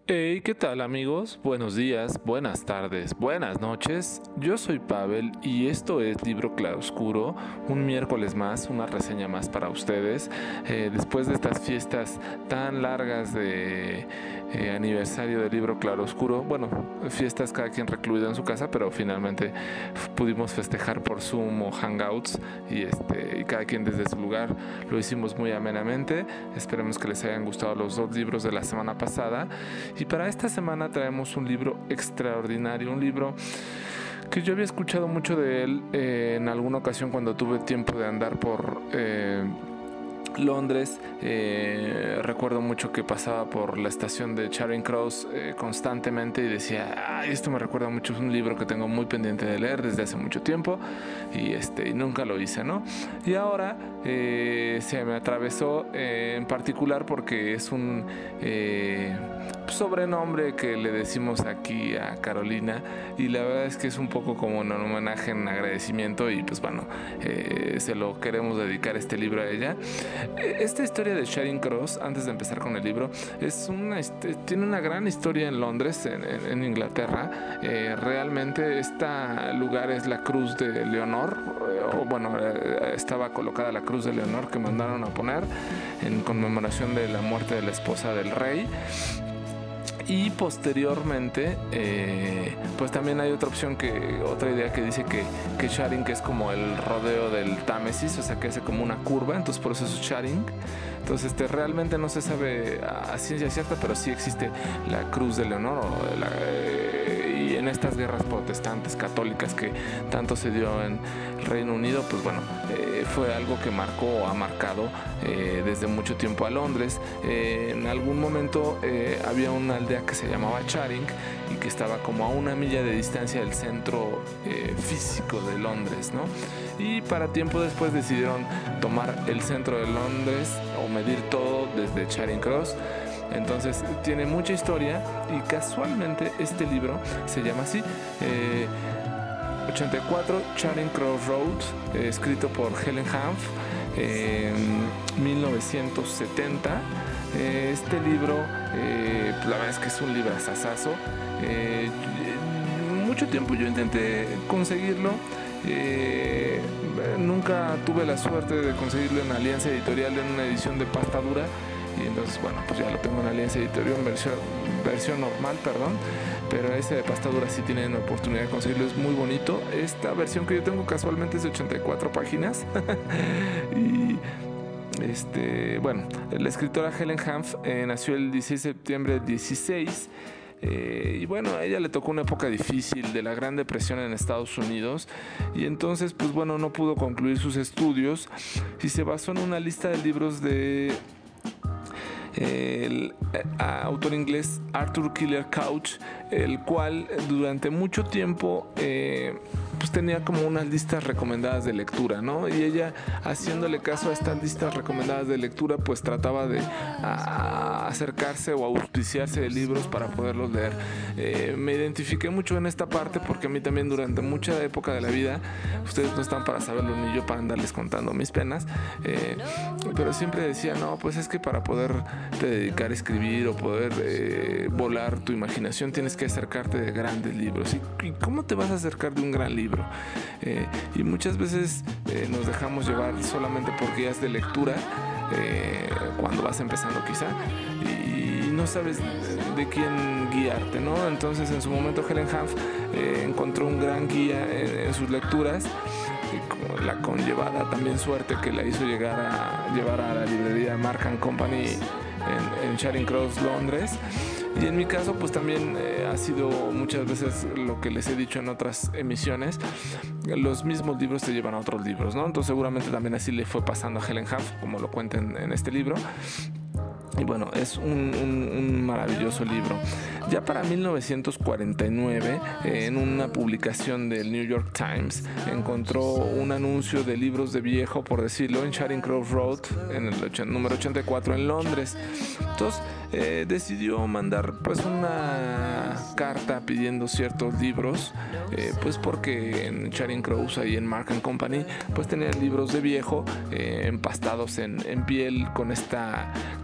Hey, ¿qué tal amigos? Buenos días, buenas tardes, buenas noches. Yo soy Pavel y esto es Libro Claroscuro, un miércoles más, una reseña más para ustedes. Después de estas fiestas tan largas de aniversario del Libro Claroscuro, bueno, fiestas cada quien recluido en su casa, pero finalmente pudimos festejar por Zoom o Hangouts y cada quien desde su lugar lo hicimos muy amenamente. Esperemos que les hayan gustado los dos libros de la semana pasada. Y para esta semana traemos un libro extraordinario, un libro que yo había escuchado mucho de él en alguna ocasión cuando tuve tiempo de andar por Londres. Recuerdo mucho que pasaba por la estación de Charing Cross constantemente y decía, esto me recuerda mucho, es un libro que tengo muy pendiente de leer desde hace mucho tiempo y nunca lo hice, ¿no? Y ahora se me atravesó en particular porque es un sobrenombre que le decimos aquí a Carolina, y la verdad es que es un poco como un homenaje en agradecimiento y pues bueno, se lo queremos dedicar este libro a ella. Esta historia de Charing Cross, antes de empezar con el libro, tiene una gran historia en Londres, en Inglaterra. Realmente este lugar es la Cruz de Leonor, estaba colocada la Cruz de Leonor que mandaron a poner en conmemoración de la muerte de la esposa del rey. Y posteriormente, pues también hay otra idea que dice que Charing es como el rodeo del Támesis, o sea que hace como una curva, entonces por eso es Charing. Entonces realmente no se sabe a ciencia cierta, pero sí existe la Cruz de Leonor y en estas guerras protestantes católicas que tanto se dio en el Reino Unido, pues bueno, fue algo que ha marcado desde mucho tiempo a Londres. En algún momento había una aldea que se llamaba Charing y que estaba como a 1 milla de distancia del centro físico de Londres, ¿no? Y para tiempo después decidieron tomar el centro de Londres o medir todo desde Charing Cross. Entonces tiene mucha historia y casualmente este libro se llama así, 84 Charing Cross Road, escrito por Helen Humph en 1970. Este libro, la verdad es que es un librazazazo. Mucho tiempo yo intenté conseguirlo. Nunca tuve la suerte de conseguirlo en Alianza Editorial en una edición de pasta dura, y entonces bueno, pues ya lo tengo en Alianza Editorial en versión normal, perdón, pero este de pasta dura sí tienen oportunidad de conseguirlo, es muy bonito. Esta versión que yo tengo casualmente es de 84 páginas y bueno, la escritora Helen Humph nació el 16 de septiembre del 16. Y bueno, a ella le tocó una época difícil de la Gran Depresión en Estados Unidos, y entonces pues bueno, no pudo concluir sus estudios y se basó en una lista de libros de el autor inglés Arthur Quiller Couch, el cual durante mucho tiempo pues tenía como unas listas recomendadas de lectura, ¿no? Y ella, haciéndole caso a estas listas recomendadas de lectura, pues trataba de acercarse o auspiciarse de libros para poderlos leer. Me identifiqué mucho en esta parte porque a mí también durante mucha época de la vida, ustedes no están para saberlo ni yo para andarles contando mis penas, pero siempre decía, no, pues es que para poder te dedicar a escribir o poder volar tu imaginación tienes que acercarte de grandes libros. ¿Y cómo te vas a acercar de un gran libro? Y muchas veces nos dejamos llevar solamente por guías de lectura cuando vas empezando quizá y no sabes de quién guiarte, ¿no? Entonces en su momento Helen Humph encontró un gran guía en sus lecturas, la conllevada también suerte que la hizo llevar a la librería Mark & Company en Charing Cross, Londres. Y en mi caso pues también ha sido muchas veces lo que les he dicho en otras emisiones, los mismos libros te llevan a otros libros, ¿no? Entonces seguramente también así le fue pasando a Helen Humph, como lo cuentan en este libro. Y bueno, es un maravilloso libro. Ya para 1949, en una publicación del New York Times, encontró un anuncio de libros de viejo, por decirlo, en Charing Cross Road, en el número 84 en Londres. Entonces decidió mandar pues una carta pidiendo ciertos libros, pues porque en Charing Cross, ahí en Mark & Company, pues tenían libros de viejo empastados en piel con esta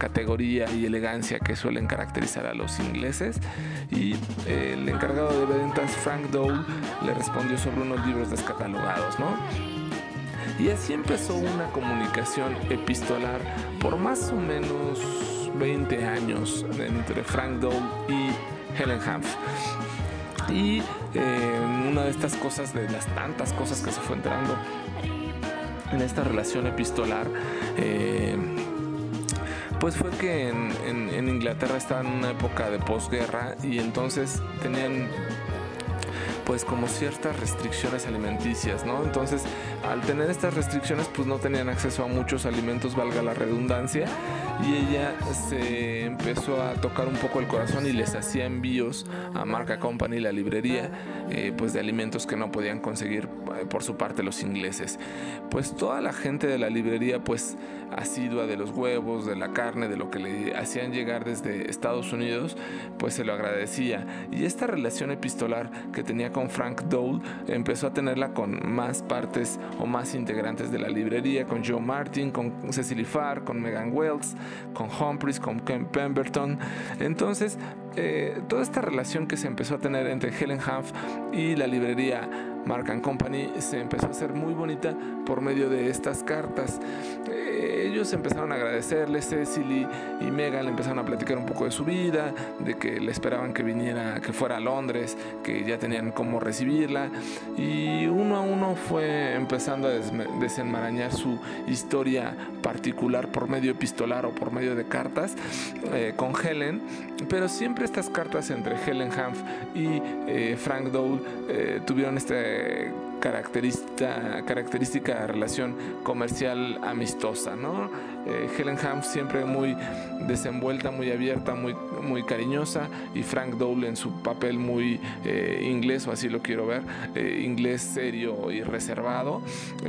categoría y elegancia que suelen caracterizar a los ingleses. Y el encargado de ventas, Frank Dole, le respondió sobre unos libros descatalogados, ¿no? Y así empezó una comunicación epistolar por más o menos 20 años entre Frank Dole y Helen Hanff. Y una de estas cosas, de las tantas cosas que se fue enterando en esta relación epistolar, pues fue que en Inglaterra estaban en una época de posguerra y entonces tenían pues como ciertas restricciones alimenticias, ¿no? Entonces, al tener estas restricciones, pues no tenían acceso a muchos alimentos, valga la redundancia, y ella se empezó a tocar un poco el corazón y les hacía envíos a Marca Company, la librería, pues de alimentos que no podían conseguir por su parte los ingleses. Pues toda la gente de la librería, pues asidua de los huevos, de la carne, de lo que le hacían llegar desde Estados Unidos, pues se lo agradecía. Y esta relación epistolar que tenía con Frank Dole empezó a tenerla con más partes o más integrantes de la librería, con Joe Martin, con Cecily Farr, con Megan Wells, con Humphreys, con Ken Pemberton. Entonces, toda esta relación que se empezó a tener entre Helen Hanff y la librería Mark Company se empezó a hacer muy bonita por medio de estas cartas. Ellos empezaron a agradecerle, Cecily y Megan le empezaron a platicar un poco de su vida, de que le esperaban que viniera, que fuera a Londres, que ya tenían cómo recibirla, y uno a uno fue empezando a desenmarañar su historia particular por medio epistolar o por medio de cartas con Helen, pero siempre estas cartas entre Helen Hanff y Frank Dole tuvieron esta característica relación comercial amistosa, ¿no? Helen Hanff siempre muy desenvuelta, muy abierta, muy cariñosa, y Frank Dole en su papel muy inglés, o así lo quiero ver, inglés serio y reservado,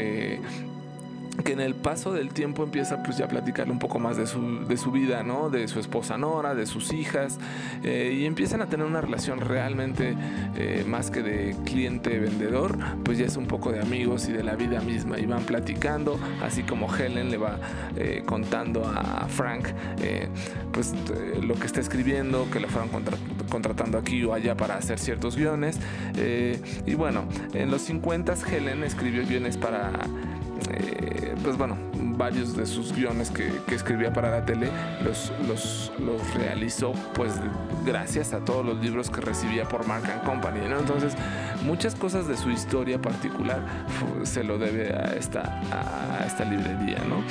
que en el paso del tiempo empieza pues ya a platicarle un poco más de su vida, ¿no? De su esposa Nora, de sus hijas, y empiezan a tener una relación realmente más que de cliente-vendedor, pues ya es un poco de amigos y de la vida misma, y van platicando, así como Helen le va contando a Frank pues lo que está escribiendo, que la fueron contratando aquí o allá para hacer ciertos guiones, y bueno, en los 50 Helen escribió guiones para pues bueno, varios de sus guiones que escribía para la tele los realizó pues gracias a todos los libros que recibía por Mark Company, ¿no? Entonces muchas cosas de su historia particular se lo debe a esta librería, ¿no?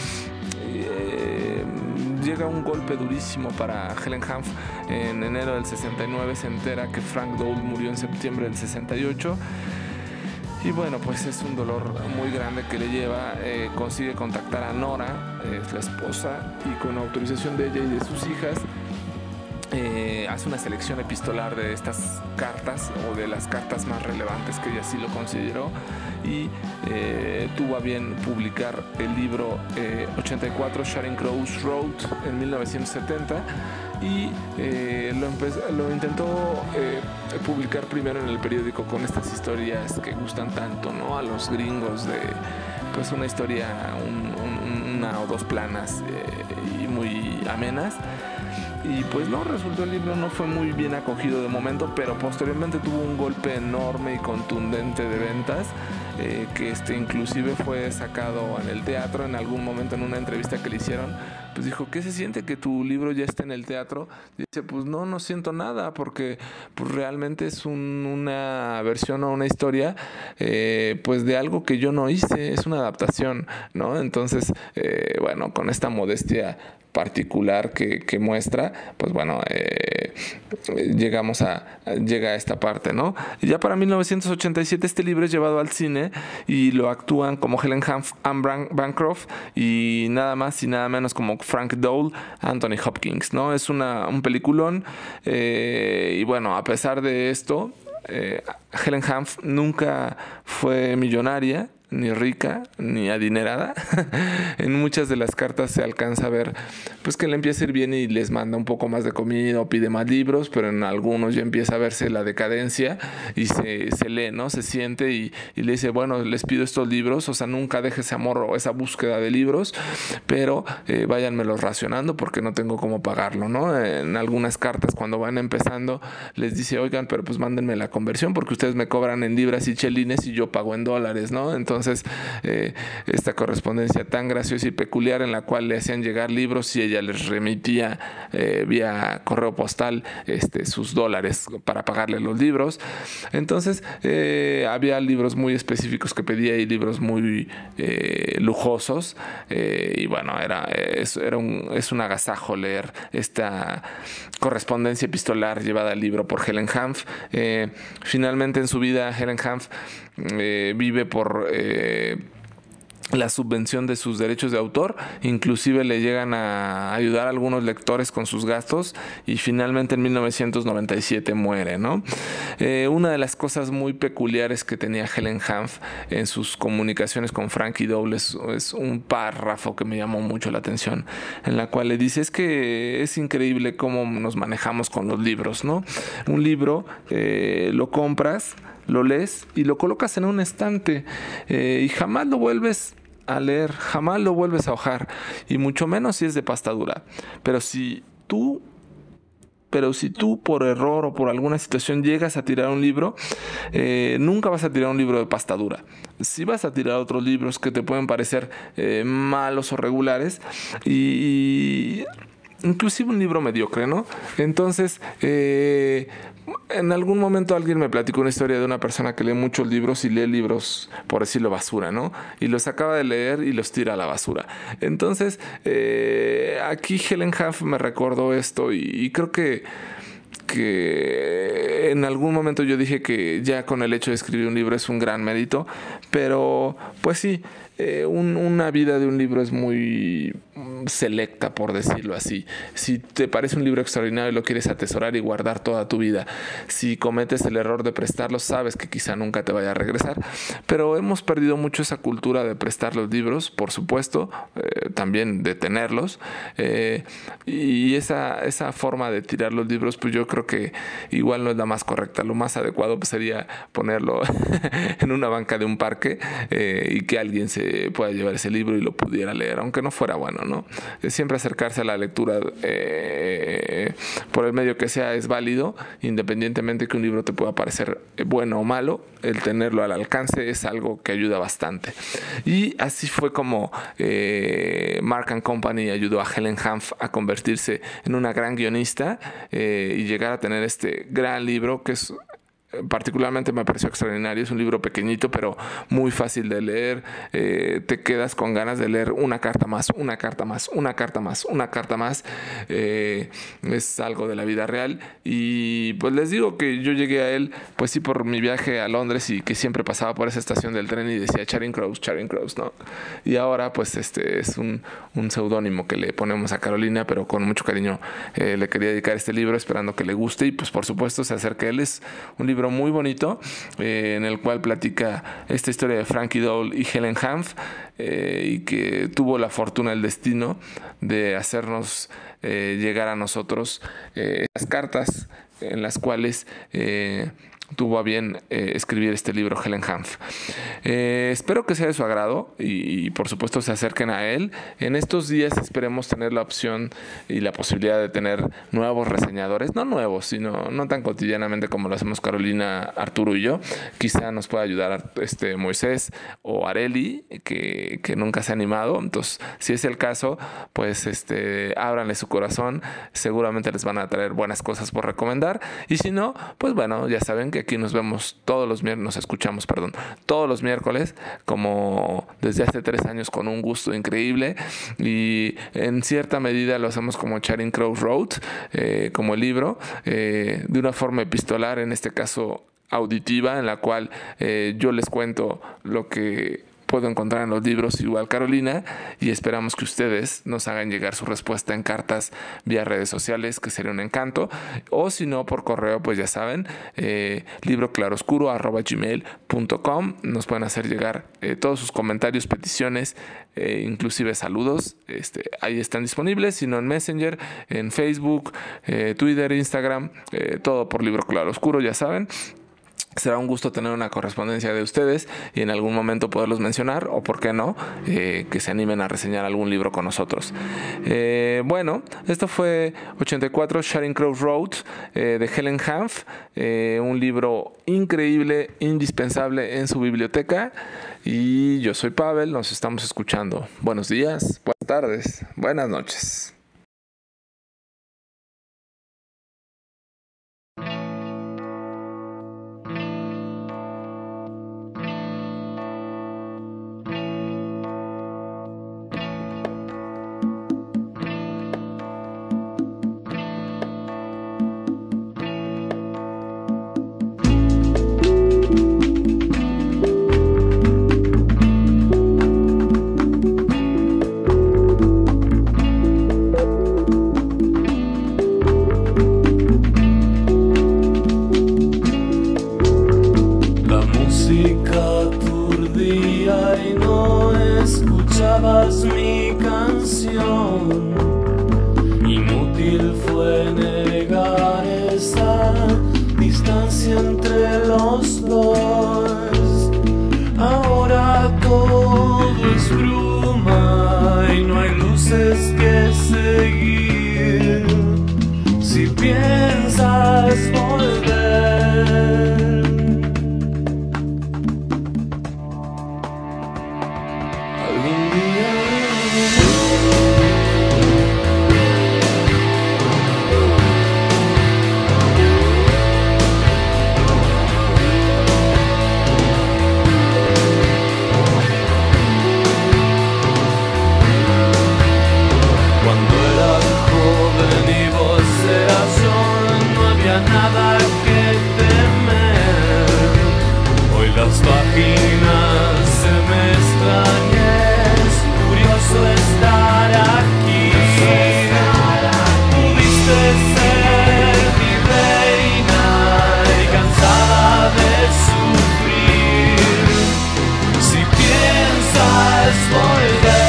Llega un golpe durísimo para Helen Hanff. En enero del 69 se entera que Frank Dole murió en septiembre del 68. Y bueno, pues es un dolor muy grande que le lleva. Consigue contactar a Nora, la esposa, y con autorización de ella y de sus hijas hace una selección epistolar de estas cartas, o de las cartas más relevantes que ella sí lo consideró, y tuvo a bien publicar el libro 84 Charing Cross Road en 1970. Y lo intentó publicar primero en el periódico con estas historias que gustan tanto, ¿no?, a los gringos, de pues una historia, una o dos planas y muy amenas. Y pues no, resultó, el libro no fue muy bien acogido de momento, pero posteriormente tuvo un golpe enorme y contundente de ventas, que inclusive fue sacado en el teatro. En algún momento, en una entrevista que le hicieron, pues dijo: ¿qué se siente que tu libro ya esté en el teatro? Dice: pues no siento nada, porque pues realmente es una versión o una historia pues de algo que yo no hice, es una adaptación, ¿no? Entonces bueno, con esta modestia particular que muestra, pues bueno, llega a esta parte, ¿no? Y ya para 1987 este libro es llevado al cine y lo actúan como Helen Hanff, Anne Bancroft, y nada más y nada menos como Frank Dole, Anthony Hopkins, ¿no? Es un peliculón, y bueno, a pesar de esto, Helen Hanff nunca fue millonaria. ni rica, ni adinerada. En muchas de las cartas se alcanza a ver pues que le empieza a ir bien y les manda un poco más de comida o pide más libros, pero en algunos ya empieza a verse la decadencia y se lee, ¿no? Se siente y le dice, bueno, les pido estos libros, o sea, nunca deje ese amor o esa búsqueda de libros, pero váyanmelos racionando porque no tengo cómo pagarlo, ¿no? En algunas cartas cuando van empezando les dice, oigan, pero pues mándenme la conversión porque ustedes me cobran en libras y chelines y yo pago en dólares, ¿no? Entonces, esta correspondencia tan graciosa y peculiar en la cual le hacían llegar libros y ella les remitía vía correo postal sus dólares para pagarle los libros. Entonces, había libros muy específicos que pedía y libros muy lujosos, y bueno, es un agasajo leer esta correspondencia epistolar llevada al libro por Helen Hanff. Finalmente en su vida Helen Hanff vive por la subvención de sus derechos de autor, inclusive le llegan a ayudar a algunos lectores con sus gastos y finalmente en 1997 muere, ¿no? Una de las cosas muy peculiares que tenía Helen Hanff en sus comunicaciones con Frankie Dole es un párrafo que me llamó mucho la atención, en la cual le dice, es que es increíble cómo nos manejamos con los libros, ¿no? Un libro lo compras, lo lees y lo colocas en un estante y jamás lo vuelves a leer, jamás lo vuelves a hojar, y mucho menos si es de pasta dura. Pero si tú por error o por alguna situación llegas a tirar un libro, nunca vas a tirar un libro de pasta dura. Sí vas a tirar otros libros que te pueden parecer malos o regulares, y inclusive un libro mediocre, ¿no? Entonces, en algún momento alguien me platicó una historia de una persona que lee muchos libros y lee libros, por decirlo, basura, ¿no? Y los acaba de leer y los tira a la basura. Entonces, aquí Helen Hanff me recordó esto y creo que en algún momento yo dije que ya con el hecho de escribir un libro es un gran mérito, pero pues sí, una vida de un libro es muy selecta, por decirlo así. Si te parece un libro extraordinario y lo quieres atesorar y guardar toda tu vida, si cometes el error de prestarlo, sabes que quizá nunca te vaya a regresar, pero hemos perdido mucho esa cultura de prestar los libros, por supuesto, también de tenerlos, y esa forma de tirar los libros, pues yo creo que igual no es la más correcta. Lo más adecuado pues sería ponerlo en una banca de un parque, y que alguien se pueda llevar ese libro y lo pudiera leer, aunque no fuera bueno, ¿no? Siempre acercarse a la lectura por el medio que sea es válido, independientemente que un libro te pueda parecer bueno o malo. El tenerlo al alcance es algo que ayuda bastante. Y así fue como Mark & Company ayudó a Helen Hanff a convertirse en una gran guionista, y llegar a tener este gran libro que es particularmente me pareció extraordinario. Es un libro pequeñito pero muy fácil de leer. Te quedas con ganas de leer una carta más, una carta más, una carta más, una carta más. Es algo de la vida real, y pues les digo que yo llegué a él pues sí por mi viaje a Londres, y que siempre pasaba por esa estación del tren y decía Charing Cross, ¿no? Y ahora pues es un seudónimo que le ponemos a Carolina, pero con mucho cariño le quería dedicar este libro esperando que le guste, y pues por supuesto se acerca a él. Es un libro muy bonito, en el cual platica esta historia de Frankie Dole y Helen Hanff, y que tuvo la fortuna, el destino de hacernos llegar a nosotros las cartas en las cuales tuvo a bien escribir este libro Helen Hanff. Espero que sea de su agrado y por supuesto se acerquen a él. En estos días esperemos tener la opción y la posibilidad de tener nuevos reseñadores, no nuevos, sino no tan cotidianamente como lo hacemos Carolina, Arturo y yo. Quizá nos pueda ayudar Moisés o Areli, que nunca se ha animado. Entonces, si es el caso, pues ábranle su corazón, seguramente les van a traer buenas cosas por recomendar, y si no, pues bueno, ya saben que aquí nos vemos nos escuchamos todos los miércoles, como desde hace 3 años, con un gusto increíble, y en cierta medida lo hacemos como Charing Cross Road, como el libro, de una forma epistolar, en este caso auditiva, en la cual yo les cuento lo que puedo encontrar en los libros igual Carolina, y esperamos que ustedes nos hagan llegar su respuesta en cartas vía redes sociales, que sería un encanto, o si no por correo, pues ya saben, libroclaroscuro@gmail.com. Nos pueden hacer llegar todos sus comentarios, peticiones, inclusive saludos, ahí están disponibles, sino en Messenger, en Facebook, Twitter, Instagram, todo por Libro Claroscuro, ya saben. Será un gusto tener una correspondencia de ustedes y en algún momento poderlos mencionar, o por qué no, que se animen a reseñar algún libro con nosotros. Bueno, esto fue 84 Charing Cross Road de Helen Hanff, un libro increíble, indispensable en su biblioteca. Y yo soy Pavel, nos estamos escuchando. Buenos días, buenas tardes, buenas noches. Y no escuchabas mi canción. Inútil fue negar esa distancia entre los dos. Ahora todo es bruma y no hay luces que seguir. Si piensas volver, nada que temer. Hoy las páginas se mezclan y es curioso estar aquí. Pudiste ser mi reina y cansada de sufrir. Si piensas volver,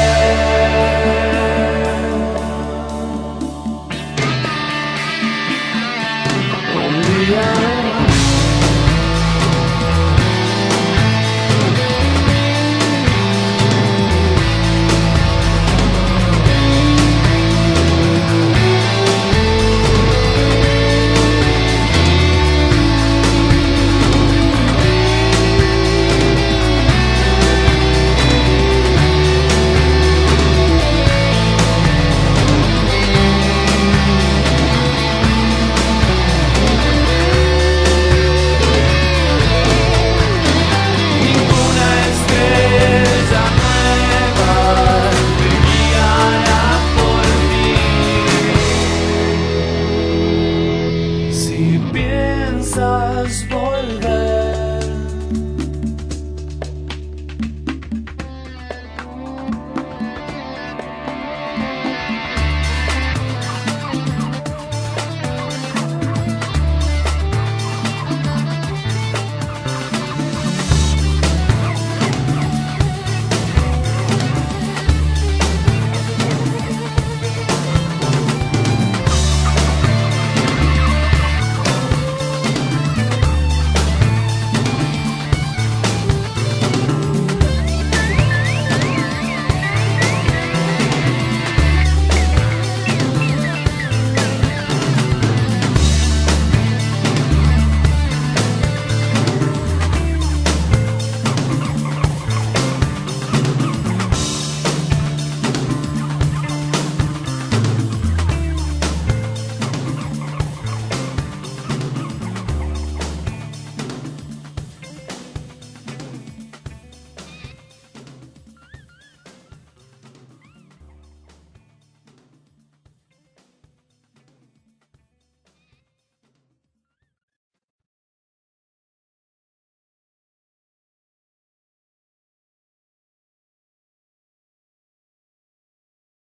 piensas volver.